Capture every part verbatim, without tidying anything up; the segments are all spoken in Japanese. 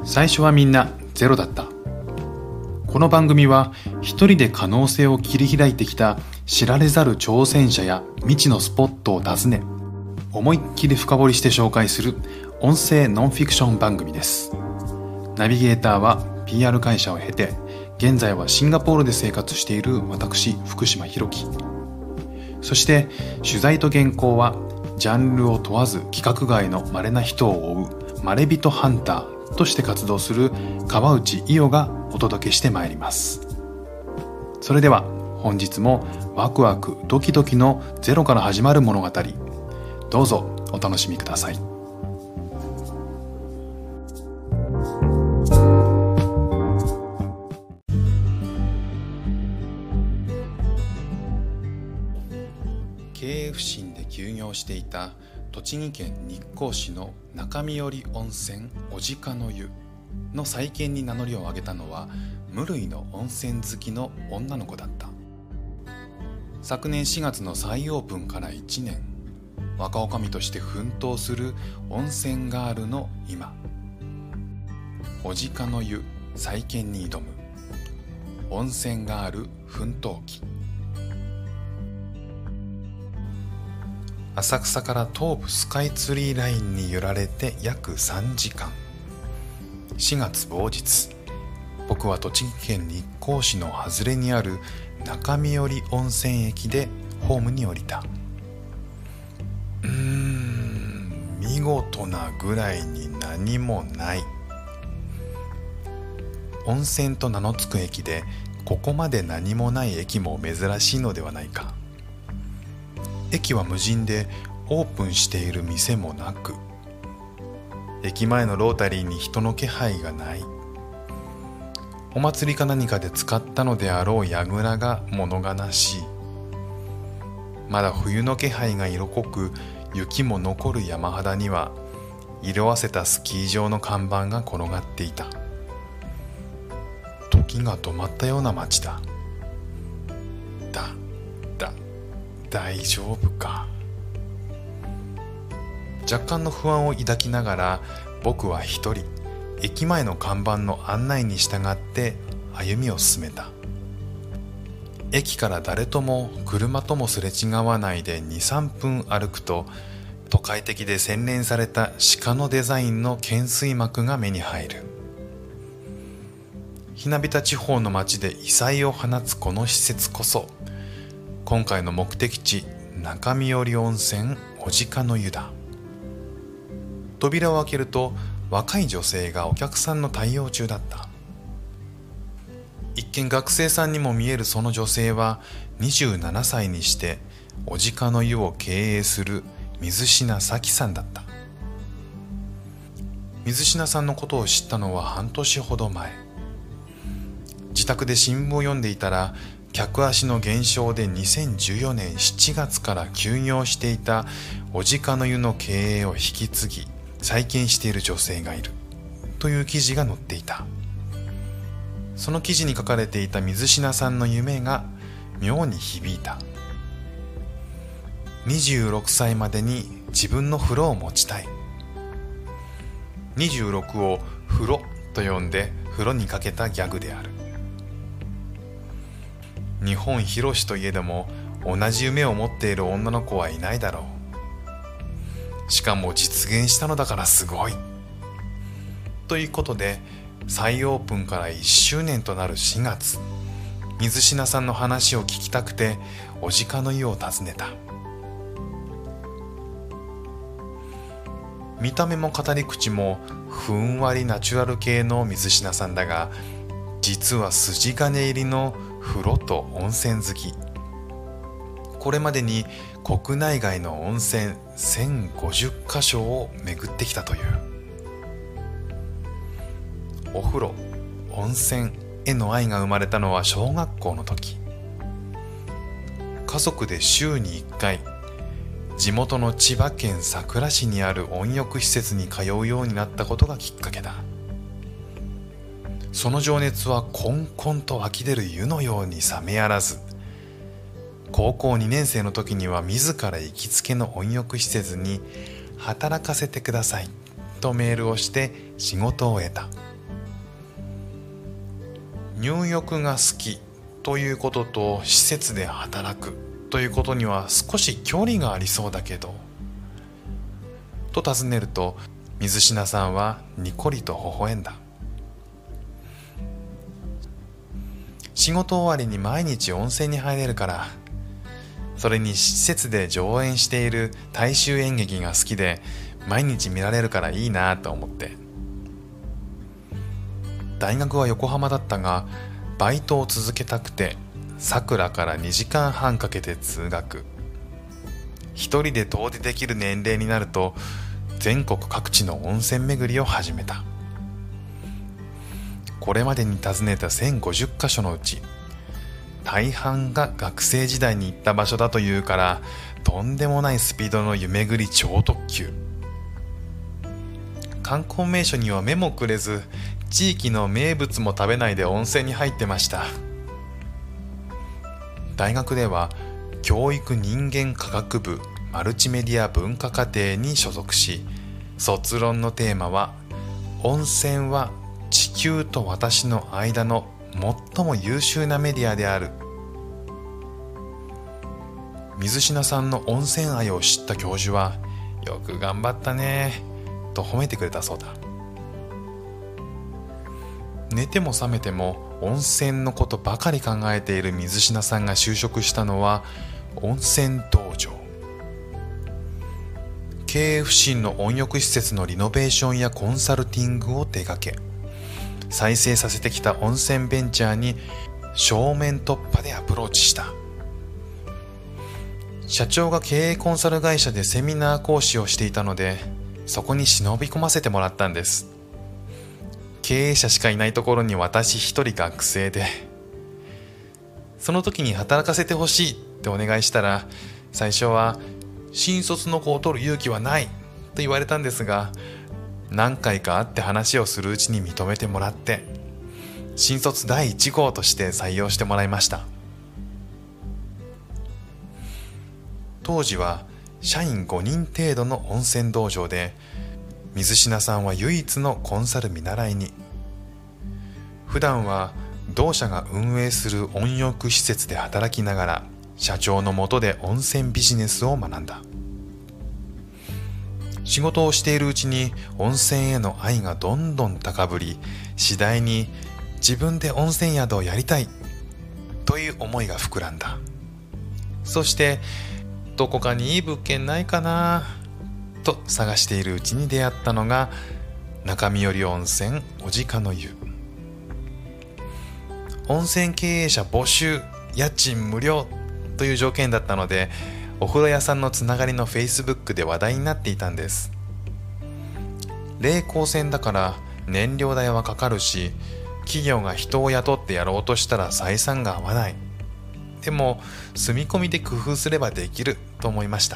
最初はみんなゼロだった。この番組は一人で可能性を切り開いてきた知られざる挑戦者や未知のスポットを訪ね、思いっきり深掘りして紹介する音声ノンフィクション番組です。ナビゲーターは ピーアール 会社を経て、現在はシンガポールで生活している私、福島博樹。そして取材と原稿はジャンルを問わず規格外の稀な人を追うまれびとハンターとして活動する川内伊代がお届けしてまいります。それでは本日もワクワクドキドキのゼロから始まる物語、どうぞお楽しみください。経営不振で休業していた栃木県日光市の中身寄温泉小鹿の湯の再建に名乗りを上げたのは無類の温泉好きの女の子だった。昨年しがつの再オープンからいちねん、若女将として奮闘する温泉ガールの今、小鹿の湯再建に挑む温泉ガール奮闘記。浅草から東武スカイツリーラインに揺られて約さんじかん。しがつ某日、僕は栃木県日光市の外れにある中身寄温泉駅でホームに降りた。うーん見事なぐらいに何もない。温泉と名の付く駅でここまで何もない駅も珍しいのではないか。駅は無人でオープンしている店もなく、駅前のロータリーに人の気配がない。お祭りか何かで使ったのであろう櫓が物悲しい。まだ冬の気配が色濃く、雪も残る山肌には色あせたスキー場の看板が転がっていた。時が止まったような街だ。だ、だ、大丈夫か。若干の不安を抱きながら、僕は一人駅前の看板の案内に従って歩みを進めた。駅から誰とも車ともすれ違わないで にさんぷん歩くと、都会的で洗練された鹿のデザインの懸垂幕が目に入る。ひなびた地方の街で異彩を放つこの施設こそ、今回の目的地中身寄温泉小鹿の湯だ。扉を開けると若い女性がお客さんの対応中だった。一見学生さんにも見えるその女性はにじゅうななさいにして小鹿の湯を経営する水品咲さんだった。水品さんのことを知ったのは半年ほど前。自宅で新聞を読んでいたら、客足の減少でにせんじゅうよねんしちがつから休業していた小鹿の湯の経営を引き継ぎ再建している女性がいるという記事が載っていた。その記事に書かれていた水品さんの夢が妙に響いた。にじゅうろくさいまでに自分の風呂を持ちたい。にじゅうろくを風呂と呼んで風呂にかけたギャグである。日本広しといえども同じ夢を持っている女の子はいないだろう。しかも実現したのだからすごい。ということで、再オープンからいっしゅうねんとなるしがつ、水品さんの話を聞きたくて小鹿の湯を訪ねた。見た目も語り口もふんわりナチュラル系の水品さんだが、実は筋金入りの風呂と温泉好き。これまでに国内外の温泉せんごじゅっかしょを巡ってきたという。お風呂、温泉への愛が生まれたのは小学校の時。家族で週にいっかい、地元の千葉県佐倉市にある温浴施設に通うようになったことがきっかけだ。その情熱はこんこんと湧き出る湯のように冷めやらず、高校にねんせいの時には自ら行きつけの温浴施設に働かせてくださいとメールをして仕事を得た。 入浴が好きということと施設で働くということには少し距離がありそうだけど、と尋ねると水品さんはにこりと微笑んだ。仕事終わりに毎日温泉に入れるから、それに施設で上演している大衆演劇が好きで毎日見られるからいいなと思って。大学は横浜だったがバイトを続けたくてさくらからにじかんはんかけて通学。一人で遠出できる年齢になると全国各地の温泉巡りを始めた。これまでに訪ねたせんごじゅっかしょのうち大半が学生時代に行った場所だというから、とんでもないスピードの湯巡り超特急。観光名所には目もくれず、地域の名物も食べないで温泉に入ってました。大学では教育人間科学部マルチメディア文化課程に所属し、卒論のテーマは温泉は地球と私の間の最も優秀なメディアである。水品さんの温泉愛を知った教授は、よく頑張ったねと褒めてくれたそうだ。寝ても覚めても温泉のことばかり考えている水品さんが就職したのは温泉道場。経営不振の温浴施設のリノベーションやコンサルティングを手掛け、再生させてきた温泉ベンチャーに正面突破でアプローチした。社長が経営コンサル会社でセミナー講師をしていたので、そこに忍び込ませてもらったんです。経営者しかいないところに私一人学生で、その時に働かせてほしいってお願いしたら、最初は新卒の子を取る勇気はないと言われたんですが、何回か会って話をするうちに認めてもらって、新卒だいいち号として採用してもらいました。当時は社員ごにん程度の温泉道場で、水品さんは唯一のコンサル見習いに。普段は同社が運営する温浴施設で働きながら、社長の下で温泉ビジネスを学んだ。仕事をしているうちに温泉への愛がどんどん高ぶり、次第に自分で温泉宿をやりたいという思いが膨らんだ。そしてどこかにいい物件ないかなと探しているうちに出会ったのが中身寄り温泉小鹿の湯。温泉経営者募集、家賃無料という条件だったので、お風呂屋さんのつながりの Facebook で話題になっていたんです。冷光線だから燃料代はかかるし、企業が人を雇ってやろうとしたら採算が合わない。でも住み込みで工夫すればできると思いました。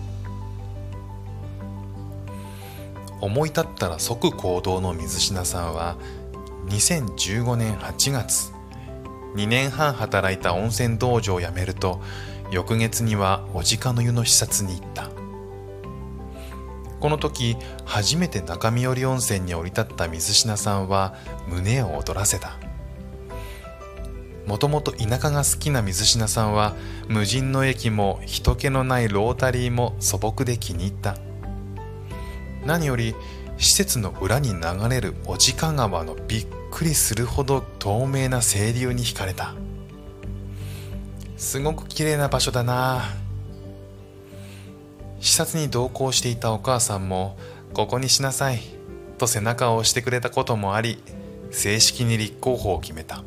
思い立ったら即行動の水品さんはにせんじゅうごねんはちがつ、にねんはん働いた温泉道場を辞めると、翌月には小鹿の湯の視察に行った。この時初めて中身寄り温泉に降り立った水品さんは胸を躍らせた。もともと田舎が好きな水品さんは、無人の駅も人気のないロータリーも素朴で気に入った。何より施設の裏に流れる小鹿川のびっくりするほど透明な清流に惹かれた。すごく綺麗な場所だな。視察に同行していたお母さんも、ここにしなさいと背中を押してくれたこともあり、正式に立候補を決めた。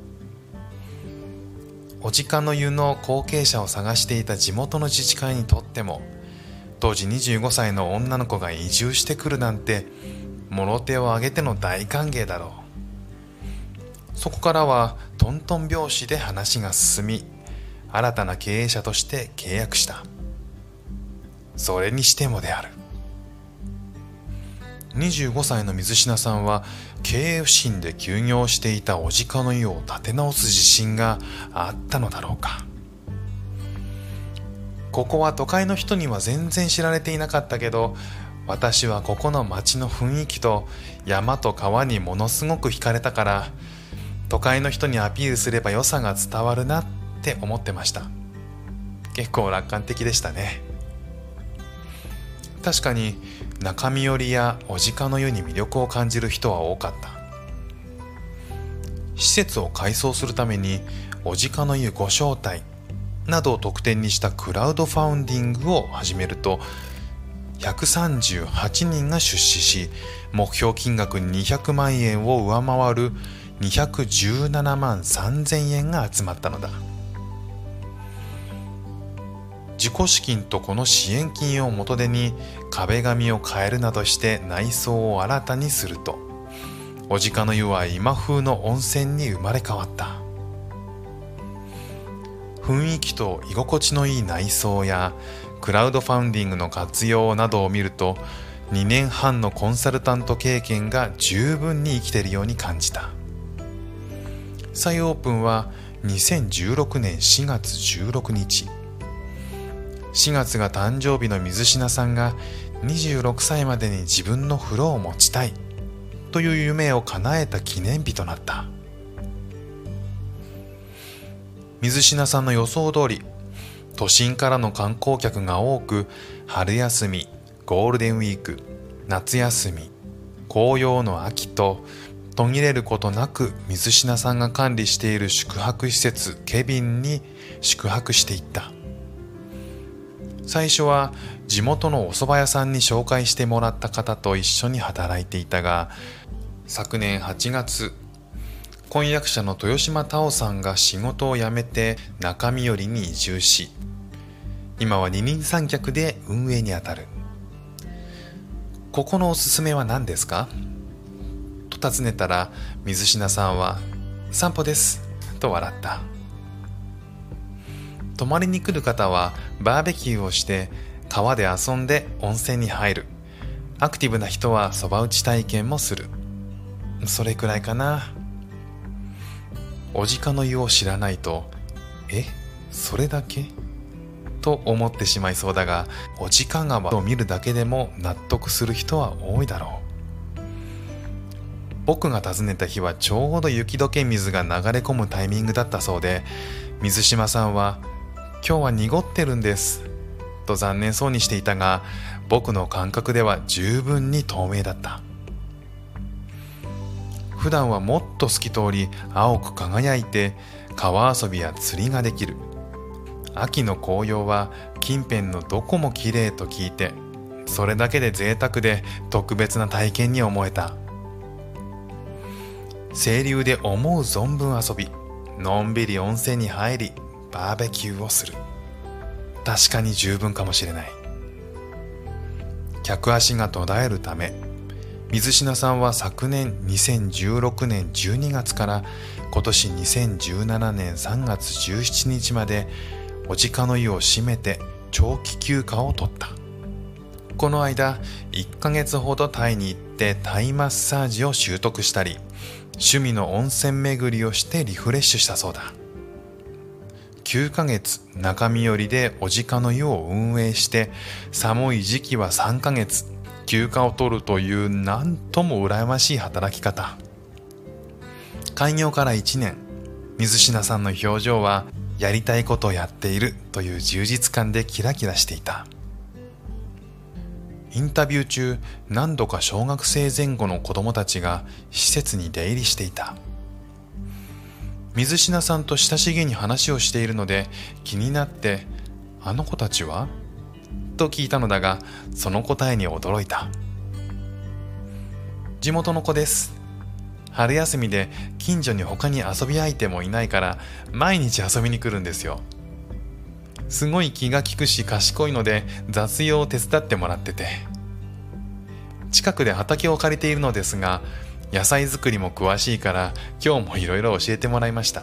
小鹿の湯の後継者を探していた地元の自治会にとっても、当時にじゅうごさいの女の子が移住してくるなんて、もろ手を挙げての大歓迎だろう。そこからはトントン拍子で話が進み、新たな経営者として契約した。それにしてもである。にじゅうごさいの水品さんは経営不振で休業していた小鹿の湯を立て直す自信があったのだろうか。ここは都会の人には全然知られていなかったけど、私はここの街の雰囲気と山と川にものすごく惹かれたから、 都会の人にアピールすれば良さが伝わるなって思ってました。結構楽観的でしたね。確かに中身寄りや小鹿の湯に魅力を感じる人は多かった。施設を改装するために小鹿の湯ご招待などを特典にしたクラウドファウンディングを始めると、ひゃくさんじゅうはちにんが出資し、目標金額にひゃくまんえんを上回るにひゃくじゅうななまんさんぜんえんが集まったのだ。自己資金とこの支援金を元手に壁紙を変えるなどして内装を新たにすると、小鹿の湯は今風の温泉に生まれ変わった。雰囲気と居心地のいい内装やクラウドファウンディングの活用などを見ると、にねんはんのコンサルタント経験が十分に生きているように感じた。再オープンはにせんじゅうろくねんしがつじゅうろくにち。しがつが誕生日の水品さんがにじゅうろくさいまでに自分の風呂を持ちたいという夢を叶えた記念日となった。水品さんの予想通り、都心からの観光客が多く、春休み、ゴールデンウィーク、夏休み、紅葉の秋と途切れることなく水品さんが管理している宿泊施設ケビンに宿泊していった。最初は地元のお蕎麦屋さんに紹介してもらった方と一緒に働いていたが、昨年はちがつ、婚約者の豊島太夫さんが仕事を辞めて中身寄りに移住し、今は二人三脚で運営にあたる。ここのおすすめは何ですかと尋ねたら、水品さんは散歩ですと笑った。泊まりに来る方はバーベキューをして川で遊んで温泉に入る。アクティブな人はそば打ち体験もする。それくらいかな。小鹿の湯を知らないと、え、それだけと思ってしまいそうだが、小鹿川を見るだけでも納得する人は多いだろう。僕が訪ねた日はちょうど雪解け水が流れ込むタイミングだったそうで、水島さんは今日は濁ってるんですと残念そうにしていたが、僕の感覚では十分に透明だった。普段はもっと透き通り青く輝いて、川遊びや釣りができる。秋の紅葉は近辺のどこも綺麗と聞いて、それだけで贅沢で特別な体験に思えた。清流で思う存分遊び、のんびり温泉に入り、バーベキューをする。確かに十分かもしれない。客足が途絶えるため、水品さんは昨年にせんじゅうろくねんじゅうにがつから今年にせんじゅうななねんさんがつじゅうしちにちまで小鹿の湯を閉めて長期休暇を取った。この間いっかげつほどタイに行ってタイマッサージを習得したり、趣味の温泉巡りをしてリフレッシュしたそうだ。きゅうかげつ中身寄りで小鹿の湯を運営して、寒い時期はさんかげつ休暇を取るというなんとも羨ましい働き方。開業からいちねん、水品さんの表情はやりたいことをやっているという充実感でキラキラしていた。インタビュー中、何度か小学生前後の子供たちが施設に出入りしていた。水品さんと親しげに話をしているので気になって、あの子たちはと聞いたのだが、その答えに驚いた。地元の子です。春休みで近所に他に遊び相手もいないから毎日遊びに来るんですよ。すごい気が利くし賢いので雑用を手伝ってもらってて、近くで畑を借りているのですが、野菜作りも詳しいから今日もいろいろ教えてもらいました。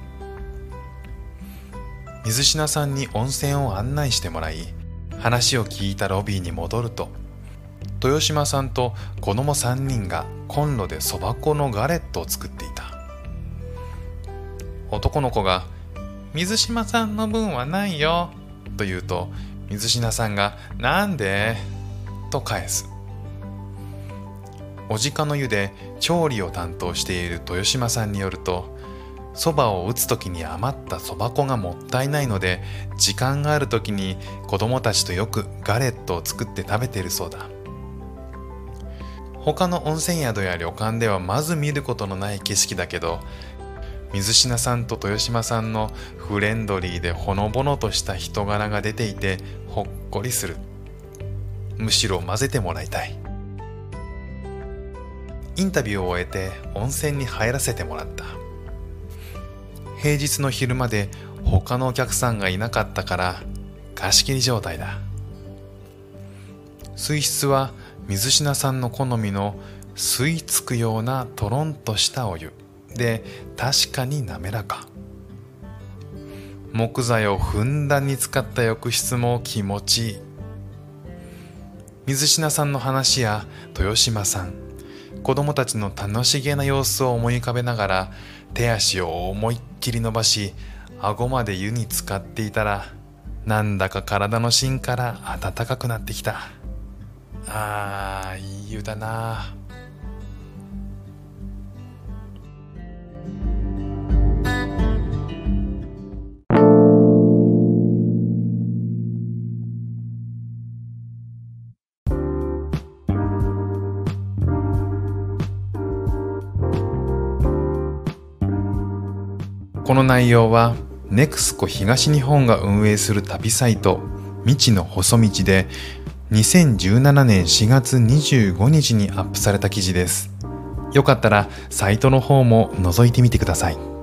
水品さんに温泉を案内してもらい、話を聞いたロビーに戻ると、豊島さんと子供さんにんがコンロでそば粉のガレットを作っていた。男の子が水島さんの分はないよと言うと、水品さんがなんでと返す。小鹿の湯で調理を担当している豊島さんによると、 そばを打つときに余ったそば粉がもったいないので、時間があるときに子供たちとよくガレットを作って食べているそうだ。他の温泉宿や旅館ではまず見ることのない景色だけど、水品さんと豊島さんのフレンドリーでほのぼのとした人柄が出ていてほっこりする。むしろ混ぜてもらいたい。インタビューを終えて温泉に入らせてもらった。平日の昼まで他のお客さんがいなかったから貸し切り状態だ。水質は水品さんの好みの吸い付くようなトロンとしたお湯で、確かに滑らか。木材をふんだんに使った浴室も気持ちいい。水品さんの話や豊島さん、子供たちの楽しげな様子を思い浮かべながら手足を思いっきり伸ばし、顎まで湯に浸かっていたら、なんだか体の芯から暖かくなってきた。あー、いい湯だな。この内容はネクスコ東日本が運営する旅サイト未知の細道でにせんじゅうななねんしがつにじゅうごにちにアップされた記事です。よかったらサイトの方も覗いてみてください。